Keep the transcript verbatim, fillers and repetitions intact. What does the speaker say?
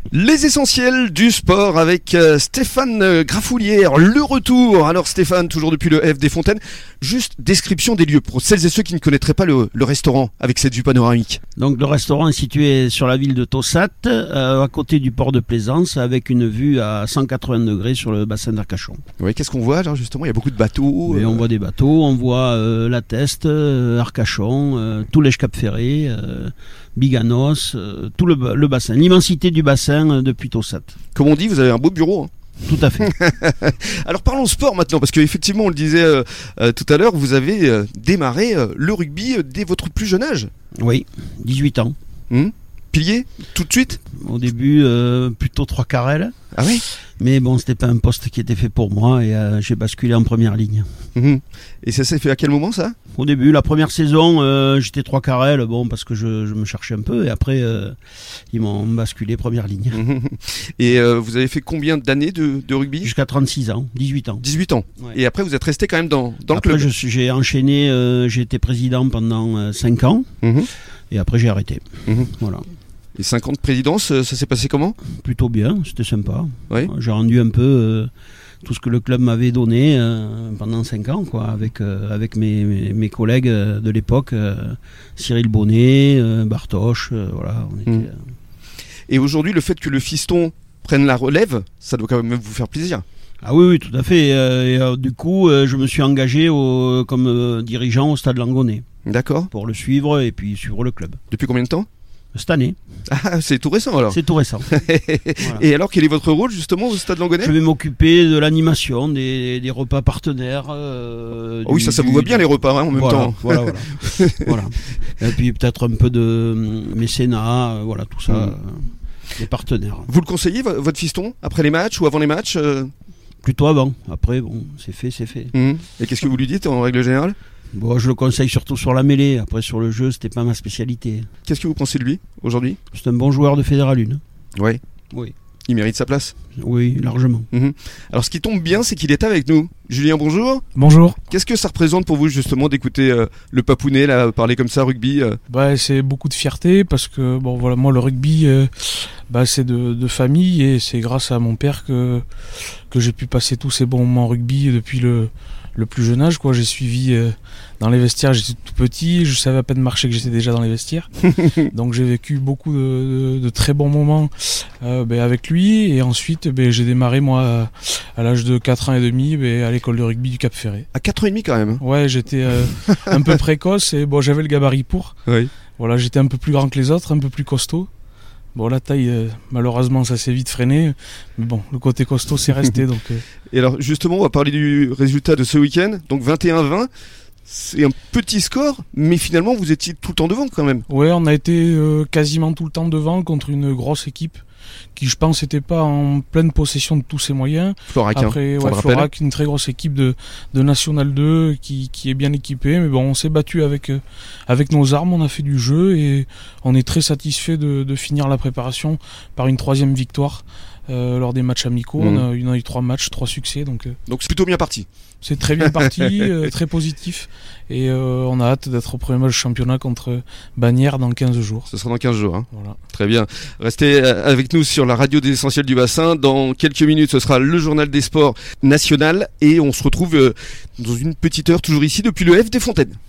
Les essentiels du sport avec euh, Stéphane Grafoulière, le retour. Alors Stéphane, toujours depuis le F des Fontaines, juste description des lieux pour celles et ceux qui ne connaîtraient pas le, le restaurant avec cette vue panoramique. Donc le restaurant est situé sur la ville de Tossat, euh, à côté du port de Plaisance, avec une vue à cent quatre-vingts degrés sur le bassin d'Arcachon. Oui, qu'est-ce qu'on voit alors justement? Il y a beaucoup de bateaux. Mais euh... on voit des bateaux, on voit euh, la Teste, euh, Arcachon, euh, tout l'Èche-Cap-Ferré, euh, Biganos, euh, tout le, le bassin, l'immensité du bassin euh, depuis Tossat. Comme on dit, vous avez un beau bureau. Hein. Tout à fait. Alors parlons sport maintenant, parce qu'effectivement, on le disait euh, euh, tout à l'heure, vous avez euh, démarré euh, le rugby euh, dès votre plus jeune âge. Oui, dix-huit ans. Hum Pilier, tout de suite? Au début, euh, plutôt trois carrels. Ah oui? Mais bon, c'était pas un poste qui était fait pour moi et euh, j'ai basculé en première ligne. Mmh. Et ça s'est fait à quel moment ça? Au début, la première saison, euh, j'étais trois carrels, bon, parce que je, je me cherchais un peu et après, euh, ils m'ont basculé première ligne. Mmh. Et euh, vous avez fait combien d'années de, de rugby? Jusqu'à trente-six ans, dix-huit ans. dix-huit ans. Ouais. Et après, vous êtes resté quand même dans, dans après, le club? Après, j'ai enchaîné, euh, j'ai été président pendant euh, cinq ans mmh. et après, j'ai arrêté. Mmh. Voilà. Et cinq ans de présidence, ça s'est passé comment? Plutôt bien, c'était sympa. Oui. J'ai rendu un peu euh, tout ce que le club m'avait donné euh, pendant cinq ans, quoi, avec, euh, avec mes, mes, mes collègues de l'époque, euh, Cyril Bonnet, euh, Bartoche, euh, voilà. On était, mmh. Et aujourd'hui, le fait que le fiston prenne la relève, ça doit quand même vous faire plaisir? Ah oui, oui, tout à fait. Euh, et, euh, du coup, euh, je me suis engagé au, comme euh, dirigeant au Stade Langonnet. D'accord. Pour le suivre et puis suivre le club. Depuis combien de temps? Cette année. Ah, c'est tout récent alors. C'est tout récent. Voilà. Et alors, quel est votre rôle justement au Stade Langonnet? Je vais m'occuper de l'animation, des, des repas partenaires. Euh, oh oui, du, ça, ça vous du, va bien du... les repas hein, en même voilà, temps. Voilà, voilà. voilà. Et puis peut-être un peu de mécénat, voilà, tout ça, mmh. euh, des partenaires. Vous le conseillez, votre fiston, après les matchs ou avant les matchs euh... Plutôt avant. Après, bon, c'est fait, c'est fait. Mmh. Et qu'est-ce que vous lui dites en règle générale? Bon, je le conseille surtout sur la mêlée. Après, sur le jeu, c'était pas ma spécialité. Qu'est-ce que vous pensez de lui aujourd'hui? C'est un bon joueur de Fédéral un. Ouais. Oui. Il mérite sa place? Oui, largement. Mmh. Alors, ce qui tombe bien, c'est qu'il est avec nous. Julien, bonjour. Bonjour. Qu'est-ce que ça représente pour vous, justement, d'écouter euh, le Papounet là, parler comme ça, rugby euh... bah, c'est beaucoup de fierté parce que, bon, voilà, moi, le rugby, euh, bah, c'est de, de famille et c'est grâce à mon père que, que j'ai pu passer tous ces bons moments en rugby depuis le. le plus jeune âge, quoi. J'ai suivi euh, dans les vestiaires, j'étais tout petit, je savais à peine marcher que j'étais déjà dans les vestiaires. Donc j'ai vécu beaucoup de, de, de très bons moments euh, ben, avec lui et ensuite ben, j'ai démarré moi à, à l'âge de quatre ans et demi ben, à l'école de rugby du Cap-Ferré. À quatre ans et demi quand même? Ouais, j'étais euh, un peu précoce et bon, j'avais le gabarit pour. Oui. Voilà, j'étais un peu plus grand que les autres, un peu plus costaud. Bon, la taille, euh, malheureusement, ça s'est vite freiné. Mais bon, le côté costaud, c'est resté. donc, euh... Et alors, justement, on va parler du résultat de ce week-end. Donc, vingt et un vingt. C'est un petit score, mais finalement, vous étiez tout le temps devant quand même. Ouais, on a été euh, quasiment tout le temps devant contre une grosse équipe qui, je pense, n'était pas en pleine possession de tous ses moyens. Florac, Après, hein, ouais, Florac, une très grosse équipe de, de National deux qui, qui est bien équipée. Mais bon, on s'est battu avec, euh, avec nos armes, on a fait du jeu et on est très satisfait de, de finir la préparation par une troisième victoire. Euh, lors des matchs amicaux, mmh. on, a, on a eu trois matchs, trois succès. Donc, euh, donc c'est plutôt bien parti. C'est très bien parti, euh, très positif. Et euh, on a hâte d'être au premier match championnat contre Bagnères dans quinze jours. Ce sera dans quinze jours. Hein. Voilà. Très bien. Restez avec nous sur la radio des Essentiels du Bassin. Dans quelques minutes, ce sera le journal des sports national. Et on se retrouve dans une petite heure, toujours ici, depuis le F des Fontaines.